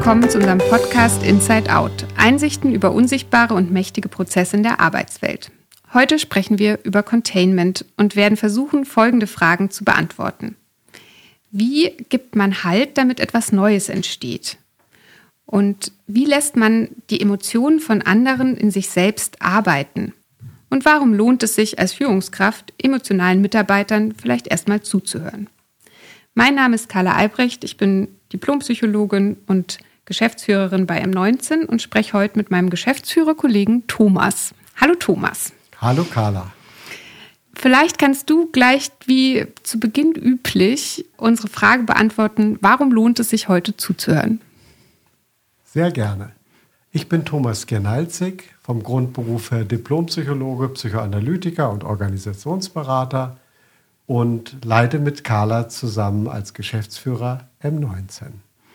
willkommen zu unserem Podcast Inside Out. Einsichten über unsichtbare und mächtige Prozesse in der Arbeitswelt. Heute sprechen wir über Containment und werden versuchen, folgende Fragen zu beantworten. Wie gibt man Halt, damit etwas Neues entsteht? Und wie lässt man die Emotionen von anderen in sich selbst arbeiten? Und warum lohnt es sich als Führungskraft, emotionalen Mitarbeitern vielleicht erstmal zuzuhören? Mein Name ist Carla Albrecht, ich bin Diplompsychologin und Geschäftsführerin bei M19 und spreche heute mit meinem Geschäftsführerkollegen Thomas. Hallo Thomas. Hallo Carla. Vielleicht kannst du gleich wie zu Beginn üblich unsere Frage beantworten, warum lohnt es sich heute zuzuhören? Sehr gerne. Ich bin Thomas Gernalzig, vom Grundberuf her Diplompsychologe, Psychoanalytiker und Organisationsberater und leite mit Carla zusammen als Geschäftsführer M19.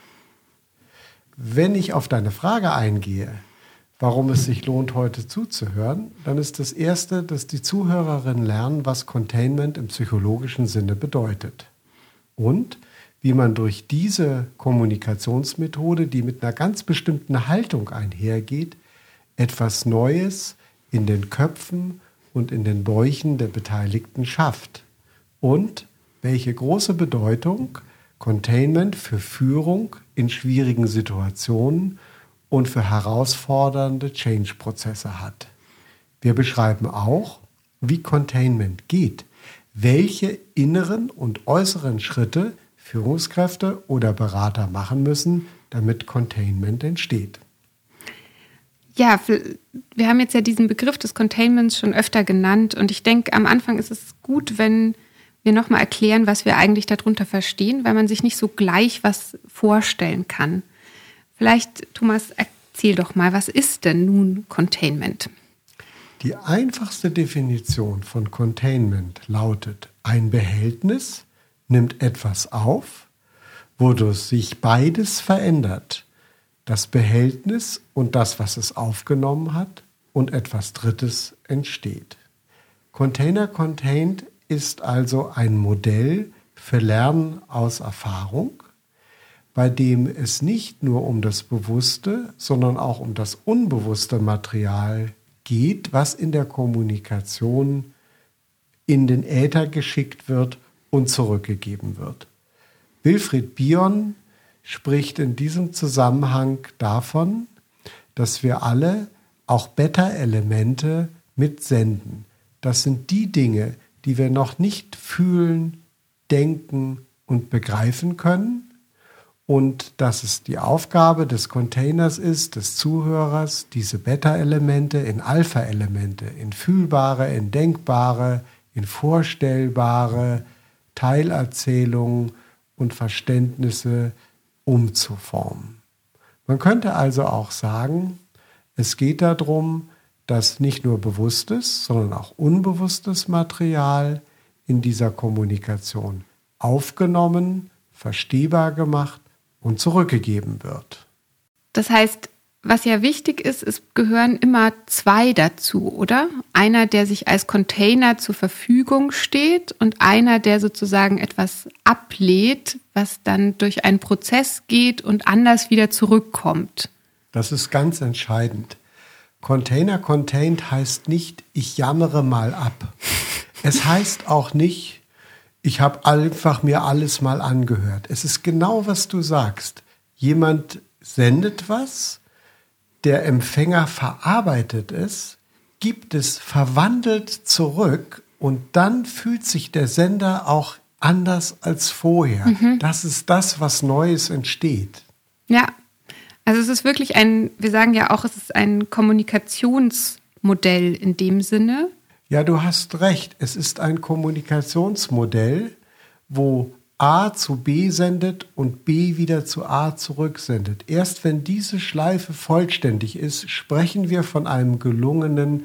Wenn ich auf deine Frage eingehe, warum es sich lohnt, heute zuzuhören, dann ist das Erste, dass die Zuhörerinnen lernen, was Containment im psychologischen Sinne bedeutet. Und wie man durch diese Kommunikationsmethode, die mit einer ganz bestimmten Haltung einhergeht, etwas Neues in den Köpfen und in den Bäuchen der Beteiligten schafft. Und welche große Bedeutung Containment für Führung in schwierigen Situationen und für herausfordernde Change-Prozesse hat. Wir beschreiben auch, wie Containment geht, welche inneren und äußeren Schritte Führungskräfte oder Berater machen müssen, damit Containment entsteht. Ja, wir haben jetzt ja diesen Begriff des Containments schon öfter genannt und ich denke, am Anfang ist es gut, wenn wir nochmal erklären, was wir eigentlich darunter verstehen, weil man sich nicht so gleich was vorstellen kann. Vielleicht, Thomas, erzähl doch mal, was ist denn nun Containment? Die einfachste Definition von Containment lautet: Ein Behältnis nimmt etwas auf, wodurch sich beides verändert. Das Behältnis und das, was es aufgenommen hat, und etwas Drittes entsteht. Container Contained ist also ein Modell für Lernen aus Erfahrung, bei dem es nicht nur um das bewusste, sondern auch um das unbewusste Material geht, was in der Kommunikation in den Äther geschickt wird und zurückgegeben wird. Wilfried Bion spricht in diesem Zusammenhang davon, dass wir alle auch Beta-Elemente mitsenden. Das sind die Dinge, die wir noch nicht fühlen, denken und begreifen können. Und dass es die Aufgabe des Containers ist, des Zuhörers, diese Beta-Elemente in Alpha-Elemente, in fühlbare, in denkbare, in vorstellbare Teilerzählungen und Verständnisse umzuformen. Man könnte also auch sagen, es geht darum, dass nicht nur bewusstes, sondern auch unbewusstes Material in dieser Kommunikation aufgenommen, verstehbar gemacht und zurückgegeben wird. Das heißt, was ja wichtig ist, es gehören immer zwei dazu, oder? Einer, der sich als Container zur Verfügung steht und einer, der sozusagen etwas ablädt, was dann durch einen Prozess geht und anders wieder zurückkommt. Das ist ganz entscheidend. Container Contained heißt nicht, ich jammere mal ab. Es heißt auch nicht, ich habe einfach mir alles mal angehört. Es ist genau, was du sagst. Jemand sendet was, der Empfänger verarbeitet es, gibt es verwandelt zurück und dann fühlt sich der Sender auch anders als vorher. Das ist das, was Neues entsteht. Ja. Also es ist wirklich wir sagen ja auch, es ist ein Kommunikationsmodell in dem Sinne. Ja, du hast recht. Es ist ein Kommunikationsmodell, wo A zu B sendet und B wieder zu A zurücksendet. Erst wenn diese Schleife vollständig ist, sprechen wir von einem gelungenen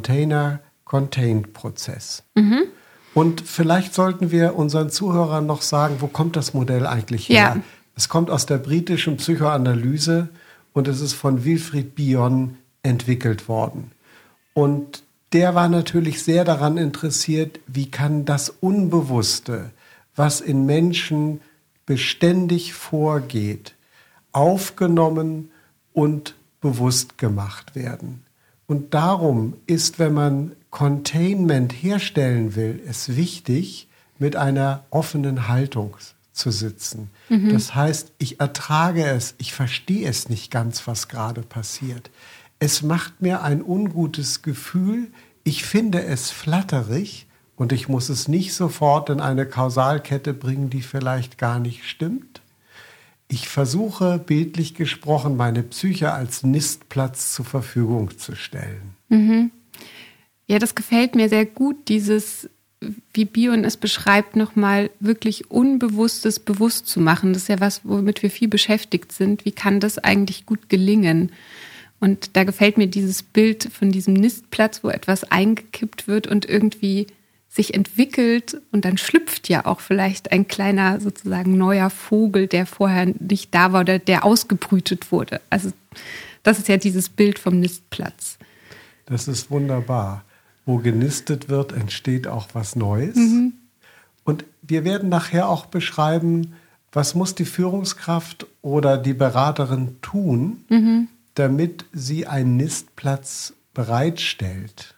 Container-Contained-Prozess. Und vielleicht sollten wir unseren Zuhörern noch sagen, wo kommt das Modell eigentlich her? Ja. Es kommt aus der britischen Psychoanalyse und es ist von Wilfried Bion entwickelt worden. Und der war natürlich sehr daran interessiert, wie kann das Unbewusste, was in Menschen beständig vorgeht, aufgenommen und bewusst gemacht werden. Und darum ist, wenn man Containment herstellen will, es wichtig, mit einer offenen Haltung zu sitzen. Das heißt, ich ertrage es, ich verstehe es nicht ganz, was gerade passiert. Es macht mir ein ungutes Gefühl, ich finde es flatterig und ich muss es nicht sofort in eine Kausalkette bringen, die vielleicht gar nicht stimmt. Ich versuche, bildlich gesprochen, meine Psyche als Nistplatz zur Verfügung zu stellen. Ja, das gefällt mir sehr gut, dieses, wie Bion es beschreibt, nochmal wirklich Unbewusstes bewusst zu machen. Das ist ja was, womit wir viel beschäftigt sind. Wie kann das eigentlich gut gelingen? Und da gefällt mir dieses Bild von diesem Nistplatz, wo etwas eingekippt wird und irgendwie sich entwickelt und dann schlüpft ja auch vielleicht ein kleiner sozusagen neuer Vogel, der vorher nicht da war oder der ausgebrütet wurde. Also das ist ja dieses Bild vom Nistplatz. Das ist wunderbar. Wo genistet wird, entsteht auch was Neues. Und wir werden nachher auch beschreiben, was muss die Führungskraft oder die Beraterin tun, damit sie einen Nistplatz bereitstellt.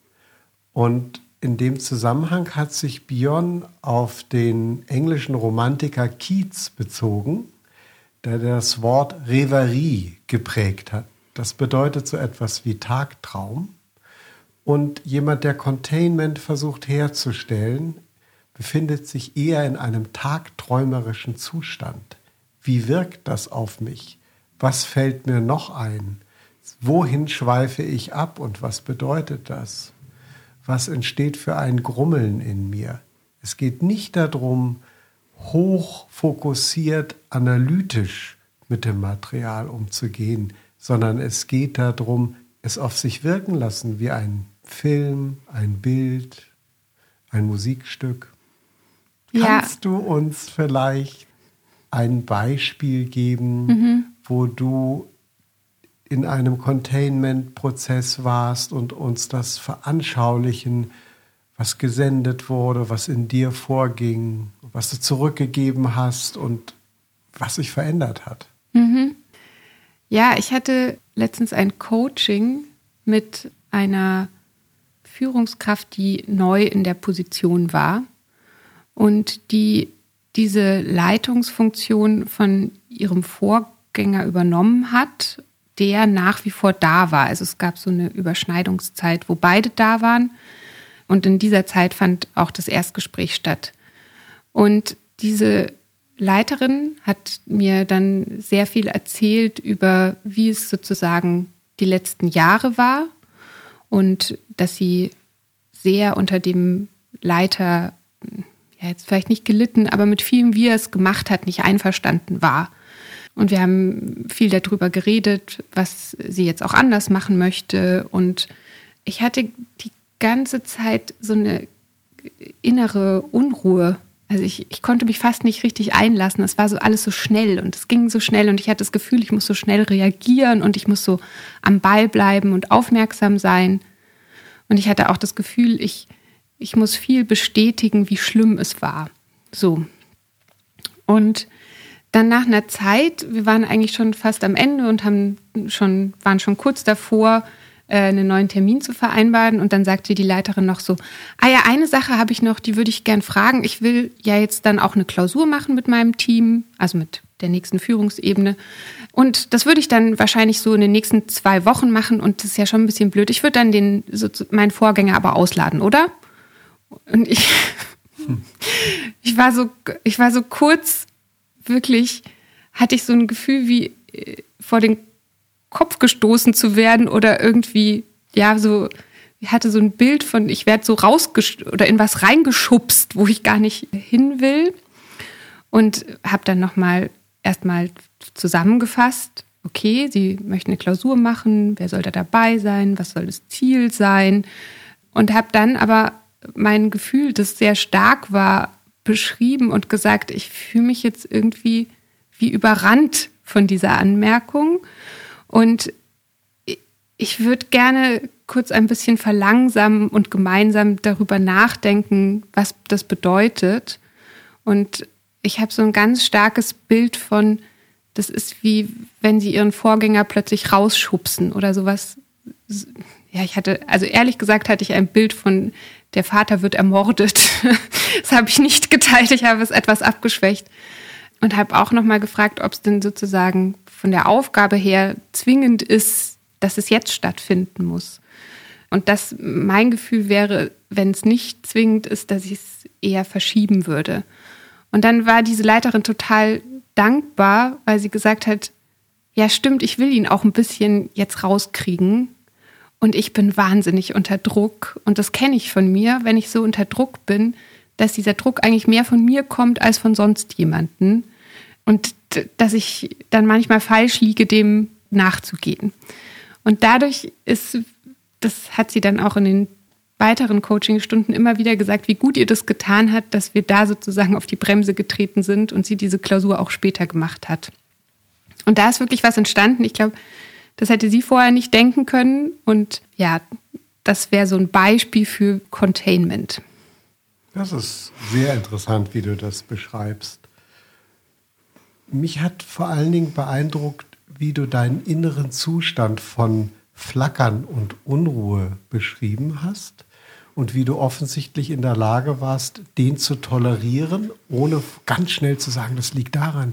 Und in dem Zusammenhang hat sich Bion auf den englischen Romantiker Keats bezogen, der das Wort Reverie geprägt hat. Das bedeutet so etwas wie Tagtraum. Und jemand, der Containment versucht herzustellen, befindet sich eher in einem tagträumerischen Zustand. Wie wirkt das auf mich? Was fällt mir noch ein? Wohin schweife ich ab und was bedeutet das? Was entsteht für ein Grummeln in mir? Es geht nicht darum, hoch fokussiert, analytisch mit dem Material umzugehen, sondern es geht darum, es auf sich wirken lassen, wie ein Film, ein Bild, ein Musikstück. Ja. Kannst du uns vielleicht ein Beispiel geben, wo du in einem Containment-Prozess warst und uns das veranschaulichen, was gesendet wurde, was in dir vorging, was du zurückgegeben hast und was sich verändert hat? Ja, ich hatte letztens ein Coaching mit einer Führungskraft, die neu in der Position war und die diese Leitungsfunktion von ihrem Vorgänger übernommen hat, der nach wie vor da war. Also es gab so eine Überschneidungszeit, wo beide da waren. Und in dieser Zeit fand auch das Erstgespräch statt. Und diese Leiterin hat mir dann sehr viel erzählt über, wie es sozusagen die letzten Jahre war und dass sie sehr unter dem Leiter, ja jetzt vielleicht nicht gelitten, aber mit vielem, wie er es gemacht hat, nicht einverstanden war. Und wir haben viel darüber geredet, was sie jetzt auch anders machen möchte. Und ich hatte die ganze Zeit so eine innere Unruhe. Also ich konnte mich fast nicht richtig einlassen. Es war so alles so schnell und es ging so schnell und ich hatte das Gefühl, ich muss so schnell reagieren und ich muss so am Ball bleiben und aufmerksam sein. Und ich hatte auch das Gefühl, ich muss viel bestätigen, wie schlimm es war. So. Und dann nach einer Zeit, wir waren eigentlich schon fast am Ende und waren schon kurz davor, einen neuen Termin zu vereinbaren. Und dann sagte die Leiterin noch so, eine Sache habe ich noch, die würde ich gern fragen. Ich will ja jetzt dann auch eine Klausur machen mit meinem Team, also mit der nächsten Führungsebene. Und das würde ich dann wahrscheinlich so in den nächsten 2 Wochen machen. Und das ist ja schon ein bisschen blöd. Ich würde dann meinen Vorgänger aber ausladen, oder? Und ich war so kurz, wirklich hatte ich so ein Gefühl, wie vor den Kopf gestoßen zu werden oder irgendwie, ja, so, ich hatte so ein Bild von, ich werde so oder in was reingeschubst, wo ich gar nicht hin will. Und habe dann erstmal zusammengefasst, okay, sie möchten eine Klausur machen, wer soll da dabei sein, was soll das Ziel sein? Und habe dann aber mein Gefühl, das sehr stark war, beschrieben und gesagt, ich fühle mich jetzt irgendwie wie überrannt von dieser Anmerkung und ich würde gerne kurz ein bisschen verlangsamen und gemeinsam darüber nachdenken, was das bedeutet. Und ich habe so ein ganz starkes Bild von, das ist wie, wenn sie ihren Vorgänger plötzlich rausschubsen oder sowas. Ja, ehrlich gesagt hatte ich ein Bild von, der Vater wird ermordet. Das habe ich nicht geteilt, ich habe es etwas abgeschwächt. Und habe auch nochmal gefragt, ob es denn sozusagen von der Aufgabe her zwingend ist, dass es jetzt stattfinden muss. Und das mein Gefühl wäre, wenn es nicht zwingend ist, dass ich es eher verschieben würde. Und dann war diese Leiterin total dankbar, weil sie gesagt hat, ja stimmt, ich will ihn auch ein bisschen jetzt rauskriegen. Und ich bin wahnsinnig unter Druck. Und das kenne ich von mir, wenn ich so unter Druck bin, dass dieser Druck eigentlich mehr von mir kommt als von sonst jemanden. Und dass ich dann manchmal falsch liege, dem nachzugehen. Und dadurch das hat sie dann auch in den weiteren Coachingstunden immer wieder gesagt, wie gut ihr das getan hat, dass wir da sozusagen auf die Bremse getreten sind und sie diese Klausur auch später gemacht hat. Und da ist wirklich was entstanden. Ich glaube, das hätte sie vorher nicht denken können. Und ja, das wäre so ein Beispiel für Containment. Das ist sehr interessant, wie du das beschreibst. Mich hat vor allen Dingen beeindruckt, wie du deinen inneren Zustand von Flackern und Unruhe beschrieben hast und wie du offensichtlich in der Lage warst, den zu tolerieren, ohne ganz schnell zu sagen, das liegt daran,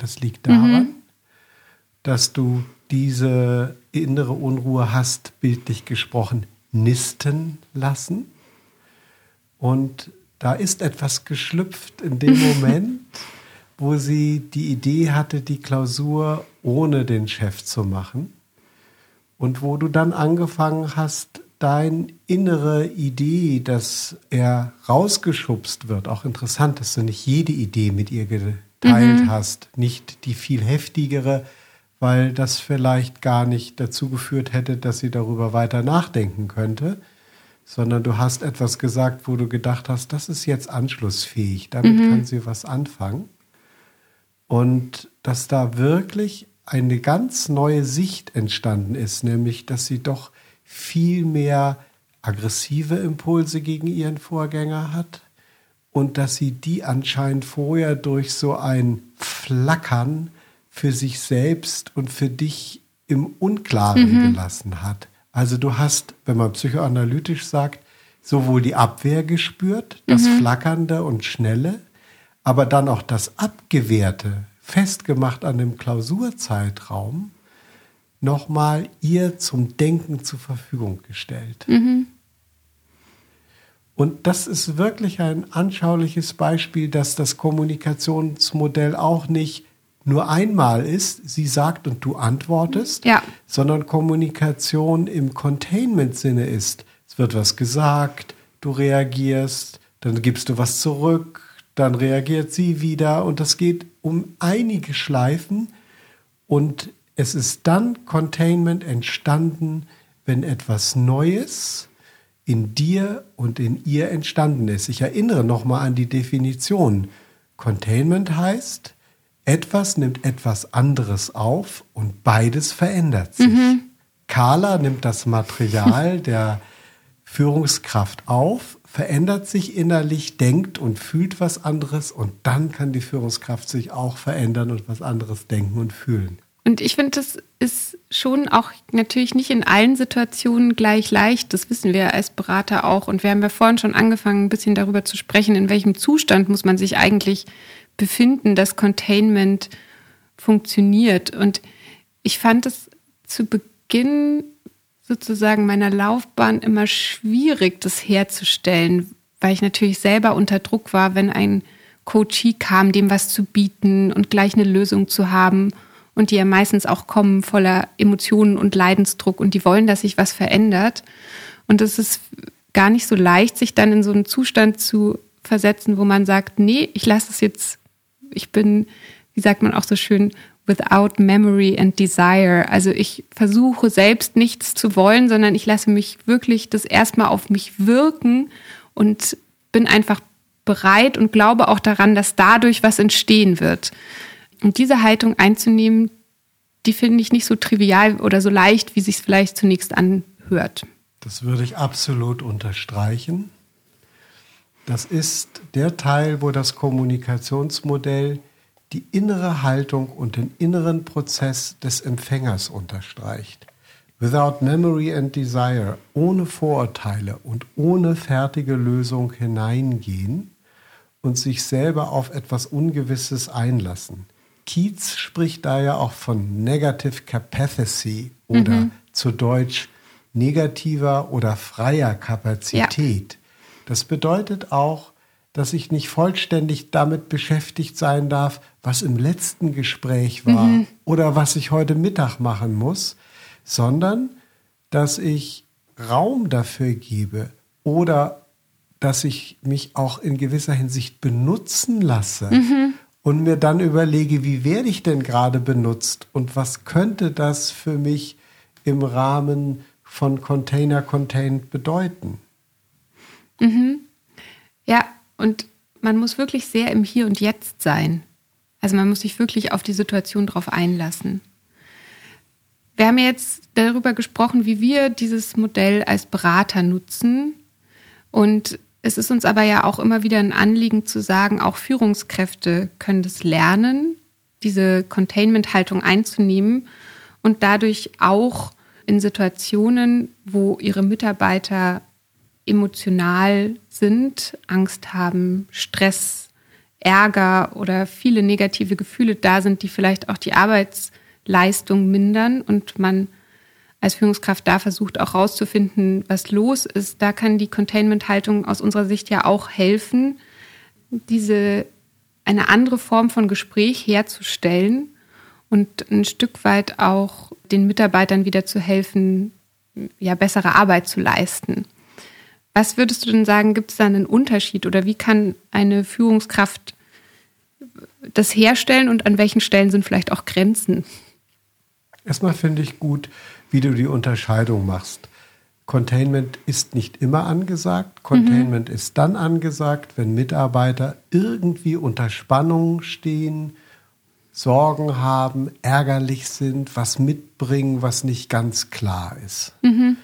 dass du diese innere Unruhe hast, bildlich gesprochen, nisten lassen. Und da ist etwas geschlüpft in dem Moment, wo sie die Idee hatte, die Klausur ohne den Chef zu machen. Und wo du dann angefangen hast, deine innere Idee, dass er rausgeschubst wird, auch interessant, dass du nicht jede Idee mit ihr geteilt hast, nicht die viel heftigere, weil das vielleicht gar nicht dazu geführt hätte, dass sie darüber weiter nachdenken könnte, sondern du hast etwas gesagt, wo du gedacht hast, das ist jetzt anschlussfähig, damit kann sie was anfangen. Und dass da wirklich eine ganz neue Sicht entstanden ist, nämlich, dass sie doch viel mehr aggressive Impulse gegen ihren Vorgänger hat und dass sie die anscheinend vorher durch so ein Flackern für sich selbst und für dich im Unklaren gelassen hat. Also du hast, wenn man psychoanalytisch sagt, sowohl die Abwehr gespürt, das Flackernde und Schnelle, aber dann auch das Abgewehrte, festgemacht an dem Klausurzeitraum, nochmal ihr zum Denken zur Verfügung gestellt. Und das ist wirklich ein anschauliches Beispiel, dass das Kommunikationsmodell auch nicht nur einmal ist, sie sagt und du antwortest, sondern Kommunikation im Containment-Sinne ist, es wird was gesagt, du reagierst, dann gibst du was zurück, dann reagiert sie wieder und das geht um einige Schleifen und es ist dann Containment entstanden, wenn etwas Neues in dir und in ihr entstanden ist. Ich erinnere nochmal an die Definition. Containment heißt, etwas nimmt etwas anderes auf und beides verändert sich. Carla nimmt das Material der Führungskraft auf, verändert sich innerlich, denkt und fühlt was anderes und dann kann die Führungskraft sich auch verändern und was anderes denken und fühlen. Und ich finde, das ist schon auch natürlich nicht in allen Situationen gleich leicht. Das wissen wir als Berater auch. Und wir haben ja vorhin schon angefangen, ein bisschen darüber zu sprechen, in welchem Zustand muss man sich eigentlich befinden, dass Containment funktioniert. Und ich fand es zu Beginn sozusagen meiner Laufbahn immer schwierig, das herzustellen, weil ich natürlich selber unter Druck war, wenn ein Coachee kam, dem was zu bieten und gleich eine Lösung zu haben und die ja meistens auch kommen voller Emotionen und Leidensdruck und die wollen, dass sich was verändert. Und es ist gar nicht so leicht, sich dann in so einen Zustand zu versetzen, wo man sagt, nee, ich lasse es jetzt, ich bin, wie sagt man auch so schön, without memory and desire. Also ich versuche selbst nichts zu wollen, sondern ich lasse mich wirklich das erstmal auf mich wirken und bin einfach bereit und glaube auch daran, dass dadurch was entstehen wird. Und diese Haltung einzunehmen, die finde ich nicht so trivial oder so leicht, wie sich es vielleicht zunächst anhört. Das würde ich absolut unterstreichen. Das ist der Teil, wo das Kommunikationsmodell die innere Haltung und den inneren Prozess des Empfängers unterstreicht. Without memory and desire, ohne Vorurteile und ohne fertige Lösung hineingehen und sich selber auf etwas Ungewisses einlassen. Keats spricht da ja auch von Negative Capacity oder zu Deutsch negativer oder freier Kapazität. Ja. Das bedeutet auch, dass ich nicht vollständig damit beschäftigt sein darf, was im letzten Gespräch war oder was ich heute Mittag machen muss, sondern dass ich Raum dafür gebe oder dass ich mich auch in gewisser Hinsicht benutzen lasse und mir dann überlege, wie werde ich denn gerade benutzt und was könnte das für mich im Rahmen von Container Contained bedeuten. Ja, und man muss wirklich sehr im Hier und Jetzt sein. Also man muss sich wirklich auf die Situation drauf einlassen. Wir haben jetzt darüber gesprochen, wie wir dieses Modell als Berater nutzen. Und es ist uns aber ja auch immer wieder ein Anliegen zu sagen, auch Führungskräfte können das lernen, diese Containment-Haltung einzunehmen und dadurch auch in Situationen, wo ihre Mitarbeiter emotional sind, Angst haben, Stress, Ärger oder viele negative Gefühle da sind, die vielleicht auch die Arbeitsleistung mindern und man als Führungskraft da versucht auch rauszufinden, was los ist. Da kann die Containment-Haltung aus unserer Sicht ja auch helfen, eine andere Form von Gespräch herzustellen und ein Stück weit auch den Mitarbeitern wieder zu helfen, ja, bessere Arbeit zu leisten. Was würdest du denn sagen, gibt es da einen Unterschied oder wie kann eine Führungskraft das herstellen und an welchen Stellen sind vielleicht auch Grenzen? Erstmal finde ich gut, wie du die Unterscheidung machst. Containment ist nicht immer angesagt. Containment ist dann angesagt, wenn Mitarbeiter irgendwie unter Spannung stehen, Sorgen haben, ärgerlich sind, was mitbringen, was nicht ganz klar ist.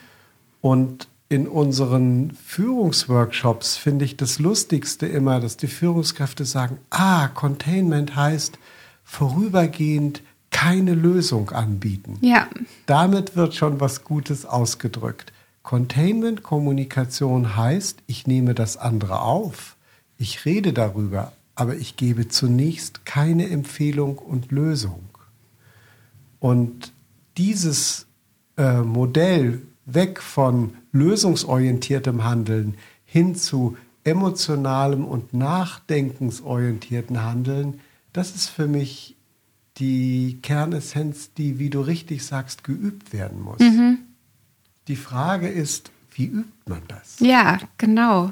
Und in unseren Führungsworkshops finde ich das Lustigste immer, dass die Führungskräfte sagen, Containment heißt vorübergehend keine Lösung anbieten. Ja. Damit wird schon was Gutes ausgedrückt. Containment-Kommunikation heißt, ich nehme das andere auf, ich rede darüber, aber ich gebe zunächst keine Empfehlung und Lösung. Und dieses Modell weg von lösungsorientiertem Handeln hin zu emotionalem und nachdenkensorientierten Handeln, das ist für mich die Kernessenz, die, wie du richtig sagst, geübt werden muss. Die Frage ist, wie übt man das? Ja, genau.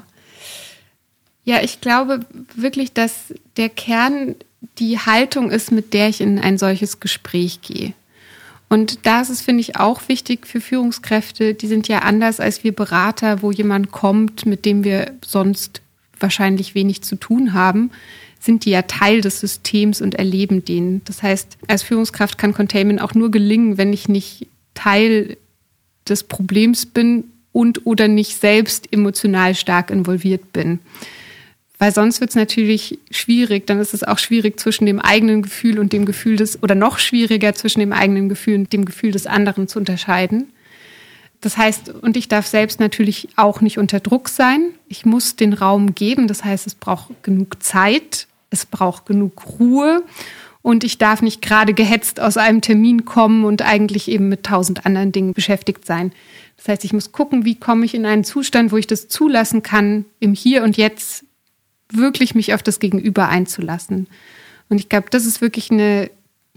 Ja, ich glaube wirklich, dass der Kern die Haltung ist, mit der ich in ein solches Gespräch gehe. Und da ist es, finde ich, auch wichtig für Führungskräfte, die sind ja anders als wir Berater, wo jemand kommt, mit dem wir sonst wahrscheinlich wenig zu tun haben, sind die ja Teil des Systems und erleben den. Das heißt, als Führungskraft kann Containment auch nur gelingen, wenn ich nicht Teil des Problems bin und oder nicht selbst emotional stark involviert bin. Weil sonst wird es natürlich schwierig, dann ist es auch schwierig zwischen dem eigenen Gefühl und dem Gefühl oder noch schwieriger zwischen dem eigenen Gefühl und dem Gefühl des anderen zu unterscheiden. Das heißt, und ich darf selbst natürlich auch nicht unter Druck sein. Ich muss den Raum geben, das heißt, es braucht genug Zeit, es braucht genug Ruhe und ich darf nicht gerade gehetzt aus einem Termin kommen und eigentlich eben mit 1000 anderen Dingen beschäftigt sein. Das heißt, ich muss gucken, wie komme ich in einen Zustand, wo ich das zulassen kann, im Hier und Jetzt wirklich mich auf das Gegenüber einzulassen. Und ich glaube, das ist wirklich eine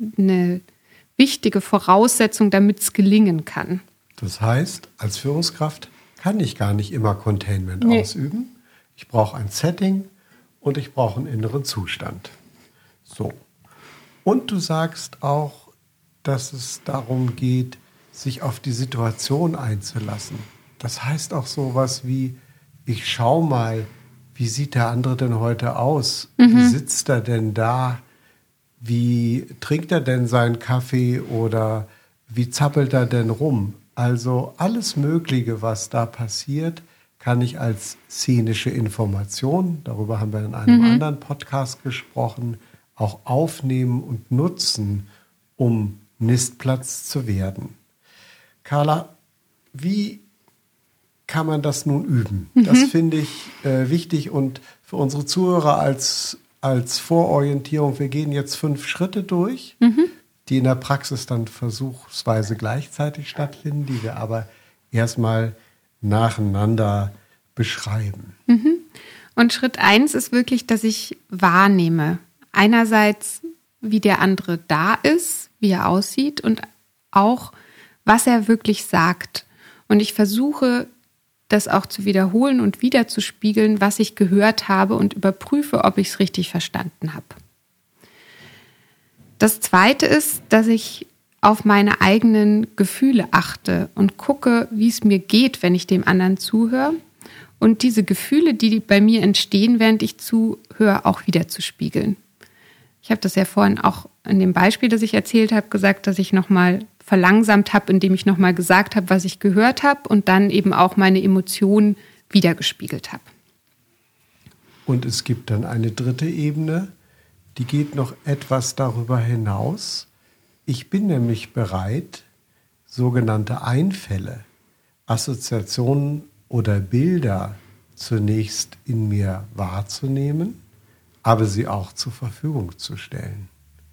wichtige Voraussetzung, damit es gelingen kann. Das heißt, als Führungskraft kann ich gar nicht immer Containment ausüben. Ich brauche ein Setting und ich brauche einen inneren Zustand. So. Und du sagst auch, dass es darum geht, sich auf die Situation einzulassen. Das heißt auch sowas wie, ich schau mal, wie sieht der andere denn heute aus? Wie sitzt er denn da? Wie trinkt er denn seinen Kaffee oder wie zappelt er denn rum? Also alles Mögliche, was da passiert, kann ich als szenische Information, darüber haben wir in einem anderen Podcast gesprochen, auch aufnehmen und nutzen, um Nistplatz zu werden. Carla, wie kann man das nun üben? Das finde ich wichtig und für unsere Zuhörer als Vororientierung. Wir gehen jetzt 5 Schritte durch, die in der Praxis dann versuchsweise gleichzeitig stattfinden, die wir aber erstmal nacheinander beschreiben. Und Schritt 1 ist wirklich, dass ich wahrnehme. Einerseits, wie der andere da ist, wie er aussieht und auch, was er wirklich sagt. Und ich versuche, das auch zu wiederholen und wiederzuspiegeln, was ich gehört habe und überprüfe, ob ich es richtig verstanden habe. Das Zweite ist, dass ich auf meine eigenen Gefühle achte und gucke, wie es mir geht, wenn ich dem anderen zuhöre. Und diese Gefühle, die bei mir entstehen, während ich zuhöre, auch wiederzuspiegeln. Ich habe das ja vorhin auch in dem Beispiel, das ich erzählt habe, gesagt, dass ich nochmal verlangsamt habe, indem ich nochmal gesagt habe, was ich gehört habe und dann eben auch meine Emotionen wiedergespiegelt habe. Und es gibt dann eine dritte Ebene, die geht noch etwas darüber hinaus. Ich bin nämlich bereit, sogenannte Einfälle, Assoziationen oder Bilder zunächst in mir wahrzunehmen, aber sie auch zur Verfügung zu stellen.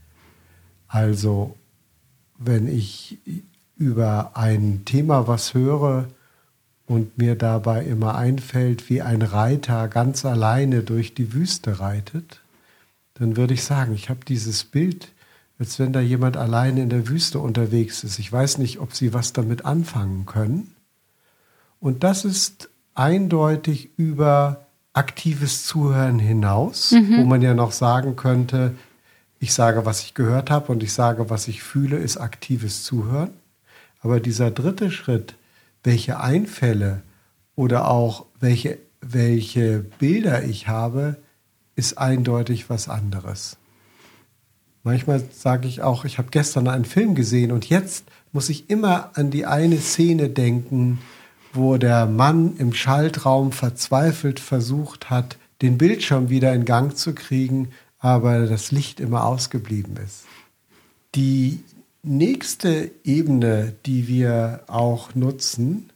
Also, wenn ich über ein Thema was höre und mir dabei immer einfällt, wie ein Reiter ganz alleine durch die Wüste reitet, dann würde ich sagen, ich habe dieses Bild, als wenn da jemand alleine in der Wüste unterwegs ist. Ich weiß nicht, ob Sie was damit anfangen können. Und das ist eindeutig über aktives Zuhören hinaus, wo man ja noch sagen könnte, ich sage, was ich gehört habe und ich sage, was ich fühle, ist aktives Zuhören. Aber dieser dritte Schritt, welche Einfälle oder auch welche Bilder ich habe, ist eindeutig was anderes. Manchmal sage ich auch, ich habe gestern einen Film gesehen und jetzt muss ich immer an die eine Szene denken, wo der Mann im Schaltraum verzweifelt versucht hat, den Bildschirm wieder in Gang zu kriegen, aber das Licht immer ausgeblieben ist. Die nächste Ebene, die wir auch nutzen,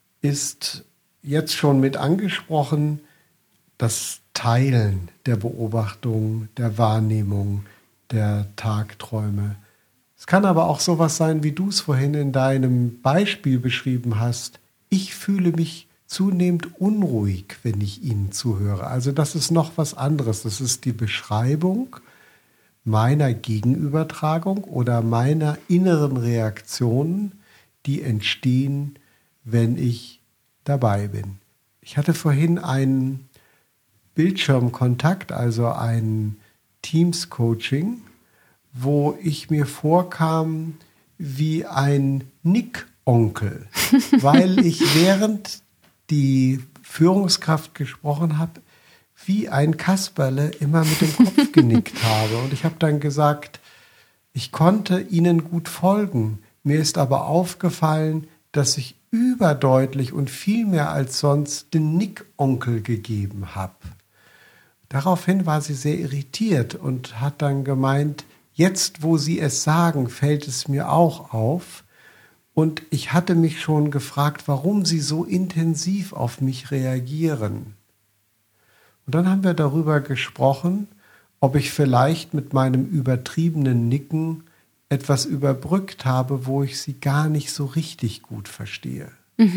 ist jetzt schon mit angesprochen, das Teilen der Beobachtung, der Wahrnehmung, der Tagträume. Es kann aber auch sowas sein, wie du es vorhin in deinem Beispiel beschrieben hast. Ich fühle mich zunehmend unruhig, wenn ich Ihnen zuhöre. Also das ist noch was anderes. Das ist die Beschreibung meiner Gegenübertragung oder meiner inneren Reaktionen, die entstehen, wenn ich dabei bin. Ich hatte vorhin einen Bildschirmkontakt, also ein Teams-Coaching, wo ich mir vorkam wie ein Nick-Onkel, weil ich während die Führungskraft gesprochen habe, wie ein Kasperle immer mit dem Kopf genickt habe. Und ich habe dann gesagt, ich konnte Ihnen gut folgen. Mir ist aber aufgefallen, dass ich überdeutlich und viel mehr als sonst den Nick-Onkel gegeben habe. Daraufhin war sie sehr irritiert und hat dann gemeint, jetzt, wo Sie es sagen, fällt es mir auch auf. Und ich hatte mich schon gefragt, warum Sie so intensiv auf mich reagieren. Und dann haben wir darüber gesprochen, ob ich vielleicht mit meinem übertriebenen Nicken etwas überbrückt habe, wo ich Sie gar nicht so richtig gut verstehe.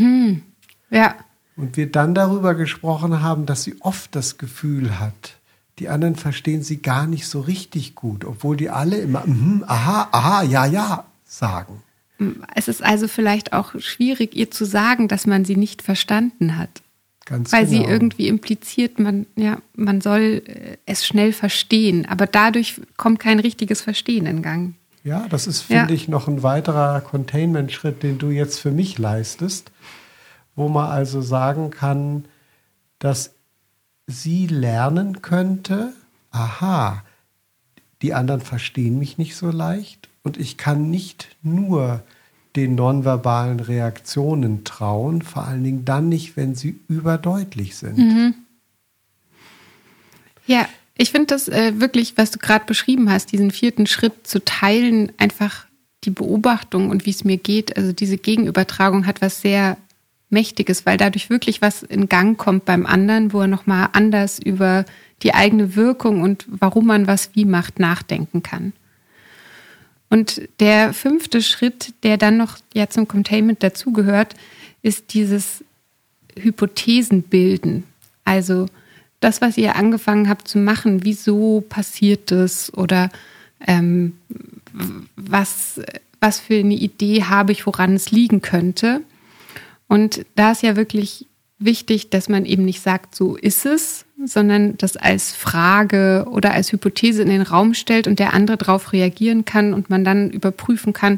Ja. Und wir dann darüber gesprochen haben, dass sie oft das Gefühl hat, die anderen verstehen sie gar nicht so richtig gut, obwohl die alle immer aha, ja sagen. Es ist also vielleicht auch schwierig, ihr zu sagen, dass man sie nicht verstanden hat. Ganz weil genau. sie irgendwie impliziert, man soll es schnell verstehen. Aber dadurch kommt kein richtiges Verstehen in Gang. Ja, das ist, finde ich, noch ein weiterer Containment-Schritt, den du jetzt für mich leistest, wo man also sagen kann, dass sie lernen könnte, aha, die anderen verstehen mich nicht so leicht und ich kann nicht nur den nonverbalen Reaktionen trauen, vor allen Dingen dann nicht, wenn sie überdeutlich sind. Ja, Ich finde das wirklich, was du gerade beschrieben hast, diesen 4. Schritt zu teilen, einfach die Beobachtung und wie es mir geht. Also diese Gegenübertragung hat was sehr Mächtiges, weil dadurch wirklich was in Gang kommt beim anderen, wo er nochmal anders über die eigene Wirkung und warum man was wie macht, nachdenken kann. Und der 5. Schritt, der dann noch ja zum Containment dazugehört, ist dieses Hypothesenbilden. Also das, was ihr angefangen habt zu machen, wieso passiert das oder was für eine Idee habe ich, woran es liegen könnte. Und da ist ja wirklich wichtig, dass man eben nicht sagt, so ist es, sondern das als Frage oder als Hypothese in den Raum stellt und der andere darauf reagieren kann und man dann überprüfen kann,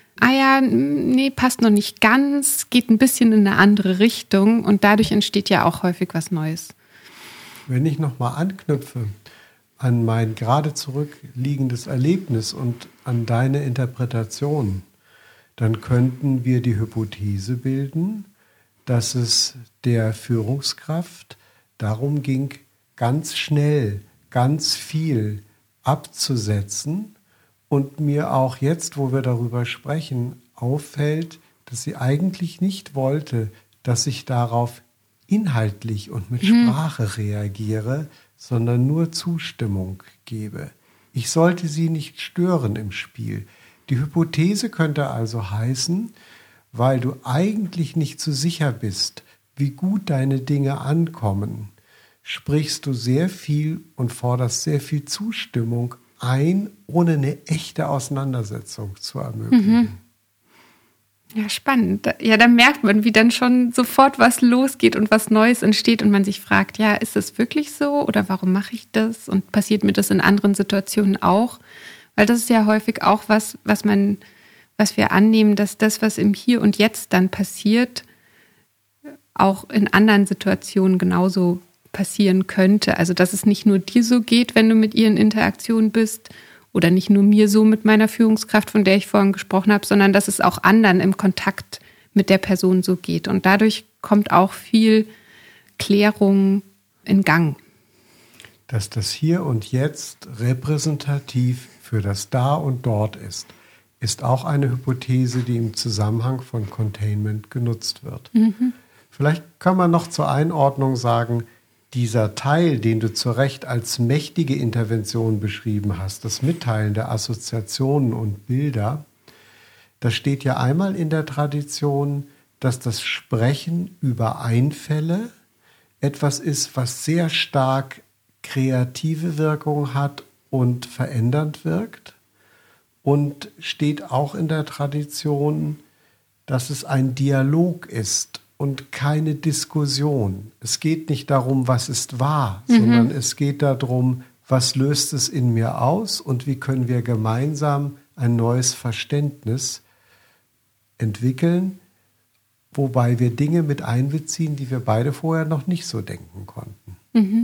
nee, passt noch nicht ganz, geht ein bisschen in eine andere Richtung und dadurch entsteht ja auch häufig was Neues. Wenn ich nochmal anknüpfe an mein gerade zurückliegendes Erlebnis und an deine Interpretation, dann könnten wir die Hypothese bilden, dass es der Führungskraft darum ging, ganz schnell, ganz viel abzusetzen und mir auch jetzt, wo wir darüber sprechen, auffällt, dass sie eigentlich nicht wollte, dass ich darauf inhaltlich und mit Sprache reagiere, sondern nur Zustimmung gebe. Ich sollte sie nicht stören im Spiel. Die Hypothese könnte also heißen, weil du eigentlich nicht so sicher bist, wie gut deine Dinge ankommen, sprichst du sehr viel und forderst sehr viel Zustimmung ein, ohne eine echte Auseinandersetzung zu ermöglichen. Ja, spannend. Ja, da merkt man, wie dann schon sofort was losgeht und was Neues entsteht und man sich fragt, ja, ist das wirklich so oder warum mache ich das? Und passiert mir das in anderen Situationen auch? Weil das ist ja häufig auch was wir annehmen, dass das, was im Hier und Jetzt dann passiert, auch in anderen Situationen genauso passieren könnte. Also, dass es nicht nur dir so geht, wenn du mit ihr in Interaktion bist oder nicht nur mir so mit meiner Führungskraft, von der ich vorhin gesprochen habe, sondern dass es auch anderen im Kontakt mit der Person so geht. Und dadurch kommt auch viel Klärung in Gang. Dass das Hier und Jetzt repräsentativ für das Da und Dort ist auch eine Hypothese, die im Zusammenhang von Containment genutzt wird. Vielleicht kann man noch zur Einordnung sagen, dieser Teil, den du zu Recht als mächtige Intervention beschrieben hast, das Mitteilen der Assoziationen und Bilder, das steht ja einmal in der Tradition, dass das Sprechen über Einfälle etwas ist, was sehr stark kreative Wirkung hat und verändernd wirkt. Und steht auch in der Tradition, dass es ein Dialog ist und keine Diskussion. Es geht nicht darum, was ist wahr, sondern es geht darum, was löst es in mir aus und wie können wir gemeinsam ein neues Verständnis entwickeln, wobei wir Dinge mit einbeziehen, die wir beide vorher noch nicht so denken konnten.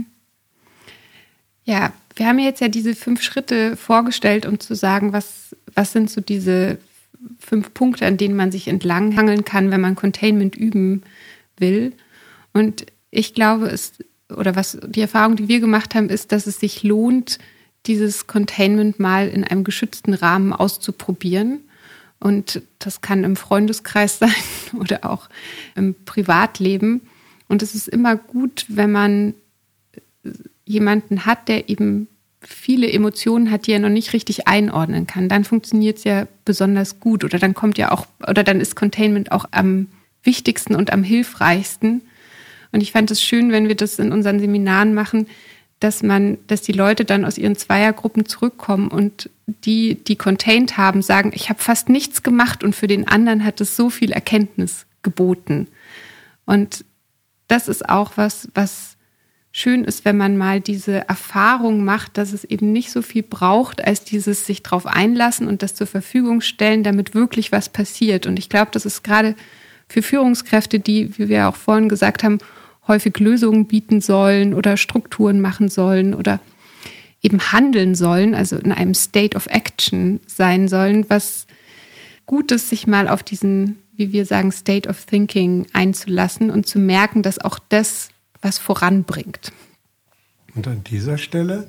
Ja, wir haben jetzt ja diese 5 Schritte vorgestellt, um zu sagen, was sind so diese 5 Punkte, an denen man sich entlanghangeln kann, wenn man Containment üben will. Und ich glaube, was die Erfahrung, die wir gemacht haben, ist, dass es sich lohnt, dieses Containment mal in einem geschützten Rahmen auszuprobieren. Und das kann im Freundeskreis sein oder auch im Privatleben. Und es ist immer gut, wenn man jemanden hat, der eben viele Emotionen hat, die er noch nicht richtig einordnen kann. Dann funktioniert es ja besonders gut oder dann ist Containment auch am wichtigsten und am hilfreichsten. Und ich fand es schön, wenn wir das in unseren Seminaren machen, dass die Leute dann aus ihren Zweiergruppen zurückkommen und die contained haben, sagen, ich habe fast nichts gemacht und für den anderen hat es so viel Erkenntnis geboten. Und das ist auch was schön ist, wenn man mal diese Erfahrung macht, dass es eben nicht so viel braucht, als dieses sich drauf einlassen und das zur Verfügung stellen, damit wirklich was passiert. Und ich glaube, das ist gerade für Führungskräfte, die, wie wir auch vorhin gesagt haben, häufig Lösungen bieten sollen oder Strukturen machen sollen oder eben handeln sollen, also in einem State of Action sein sollen, was gut ist, sich mal auf diesen, wie wir sagen, State of Thinking einzulassen und zu merken, dass auch das was voranbringt. Und an dieser Stelle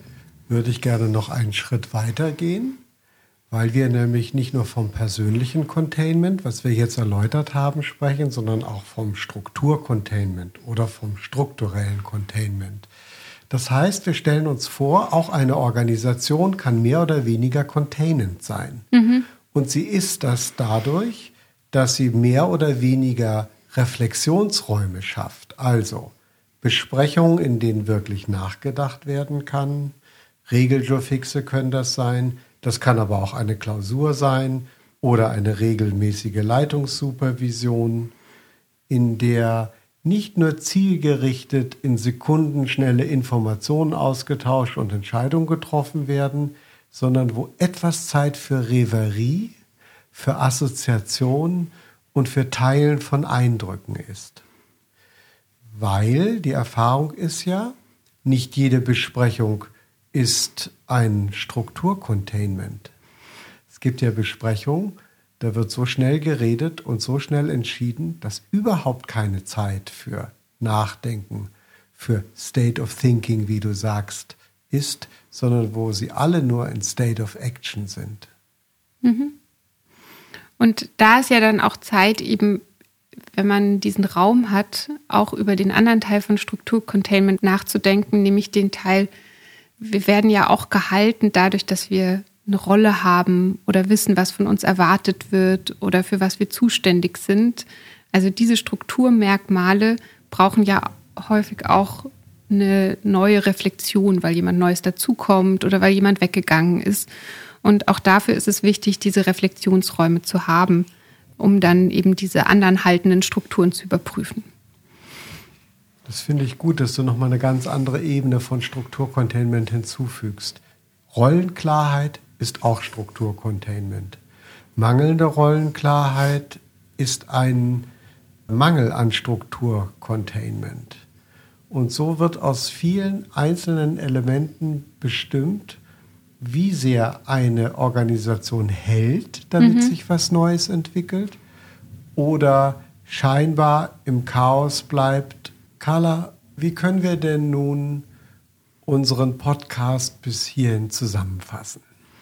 würde ich gerne noch einen Schritt weiter gehen, weil wir nämlich nicht nur vom persönlichen Containment, was wir jetzt erläutert haben, sprechen, sondern auch vom Strukturcontainment oder vom strukturellen Containment. Das heißt, wir stellen uns vor, auch eine Organisation kann mehr oder weniger containend sein. Und sie ist das dadurch, dass sie mehr oder weniger Reflexionsräume schafft. Also Besprechungen, in denen wirklich nachgedacht werden kann. Regeljourfixe können das sein. Das kann aber auch eine Klausur sein oder eine regelmäßige Leitungssupervision, in der nicht nur zielgerichtet in Sekunden schnelle Informationen ausgetauscht und Entscheidungen getroffen werden, sondern wo etwas Zeit für Reverie, für Assoziation und für Teilen von Eindrücken ist. Weil die Erfahrung ist ja, nicht jede Besprechung ist ein Strukturcontainment. Es gibt ja Besprechungen, da wird so schnell geredet und so schnell entschieden, dass überhaupt keine Zeit für Nachdenken, für State of Thinking, wie du sagst, ist, sondern wo sie alle nur in State of Action sind. Und da ist ja dann auch Zeit, eben, wenn man diesen Raum hat, auch über den anderen Teil von Strukturcontainment nachzudenken, nämlich den Teil, wir werden ja auch gehalten dadurch, dass wir eine Rolle haben oder wissen, was von uns erwartet wird oder für was wir zuständig sind. Also diese Strukturmerkmale brauchen ja häufig auch eine neue Reflexion, weil jemand Neues dazukommt oder weil jemand weggegangen ist. Und auch dafür ist es wichtig, diese Reflexionsräume zu haben, um dann eben diese anderen haltenden Strukturen zu überprüfen. Das finde ich gut, dass du nochmal eine ganz andere Ebene von Strukturcontainment hinzufügst. Rollenklarheit ist auch Strukturcontainment. Mangelnde Rollenklarheit ist ein Mangel an Strukturcontainment. Und so wird aus vielen einzelnen Elementen bestimmt, wie sehr eine Organisation hält, damit sich was Neues entwickelt, oder scheinbar im Chaos bleibt. Carla, wie können wir denn nun unseren Podcast bis hierhin zusammenfassen?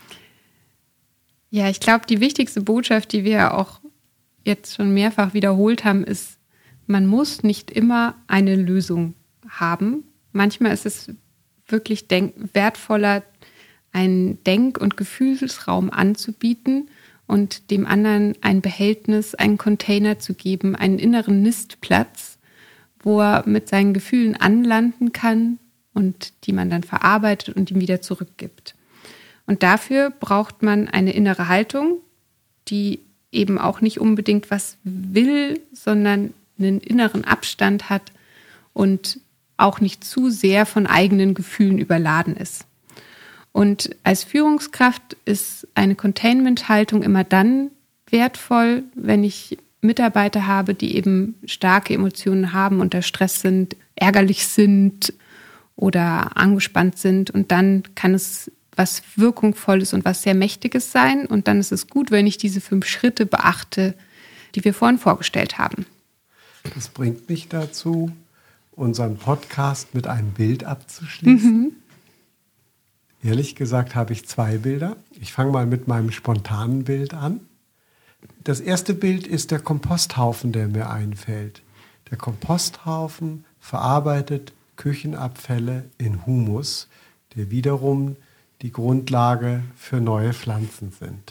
Ja, ich glaube, die wichtigste Botschaft, die wir auch jetzt schon mehrfach wiederholt haben, ist, man muss nicht immer eine Lösung haben. Manchmal ist es wirklich wertvoller, einen Denk- und Gefühlsraum anzubieten und dem anderen ein Behältnis, einen Container zu geben, einen inneren Nistplatz, wo er mit seinen Gefühlen anlanden kann und die man dann verarbeitet und ihm wieder zurückgibt. Und dafür braucht man eine innere Haltung, die eben auch nicht unbedingt was will, sondern einen inneren Abstand hat und auch nicht zu sehr von eigenen Gefühlen überladen ist. Und als Führungskraft ist eine Containment-Haltung immer dann wertvoll, wenn ich Mitarbeiter habe, die eben starke Emotionen haben, unter Stress sind, ärgerlich sind oder angespannt sind. Und dann kann es was Wirkungsvolles und was sehr Mächtiges sein. Und dann ist es gut, wenn ich diese 5 Schritte beachte, die wir vorhin vorgestellt haben. Das bringt mich dazu, unseren Podcast mit einem Bild abzuschließen. Ehrlich gesagt habe ich 2 Bilder. Ich fange mal mit meinem spontanen Bild an. Das erste Bild ist der Komposthaufen, der mir einfällt. Der Komposthaufen verarbeitet Küchenabfälle in Humus, der wiederum die Grundlage für neue Pflanzen sind.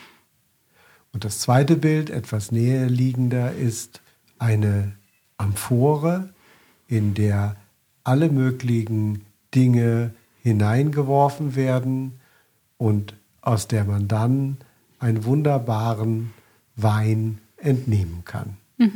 Und das zweite Bild, etwas näher liegender, ist eine Amphore, in der alle möglichen Dinge hineingeworfen werden und aus der man dann einen wunderbaren Wein entnehmen kann.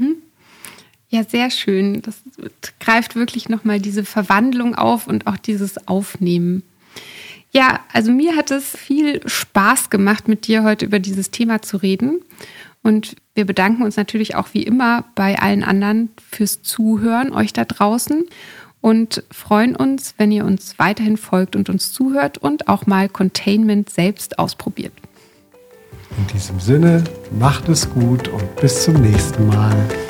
Ja, sehr schön. Das greift wirklich nochmal diese Verwandlung auf und auch dieses Aufnehmen. Ja, also mir hat es viel Spaß gemacht, mit dir heute über dieses Thema zu reden. Und wir bedanken uns natürlich auch wie immer bei allen anderen fürs Zuhören, euch da draußen. Und freuen uns, wenn ihr uns weiterhin folgt und uns zuhört und auch mal Containment selbst ausprobiert. In diesem Sinne, macht es gut und bis zum nächsten Mal.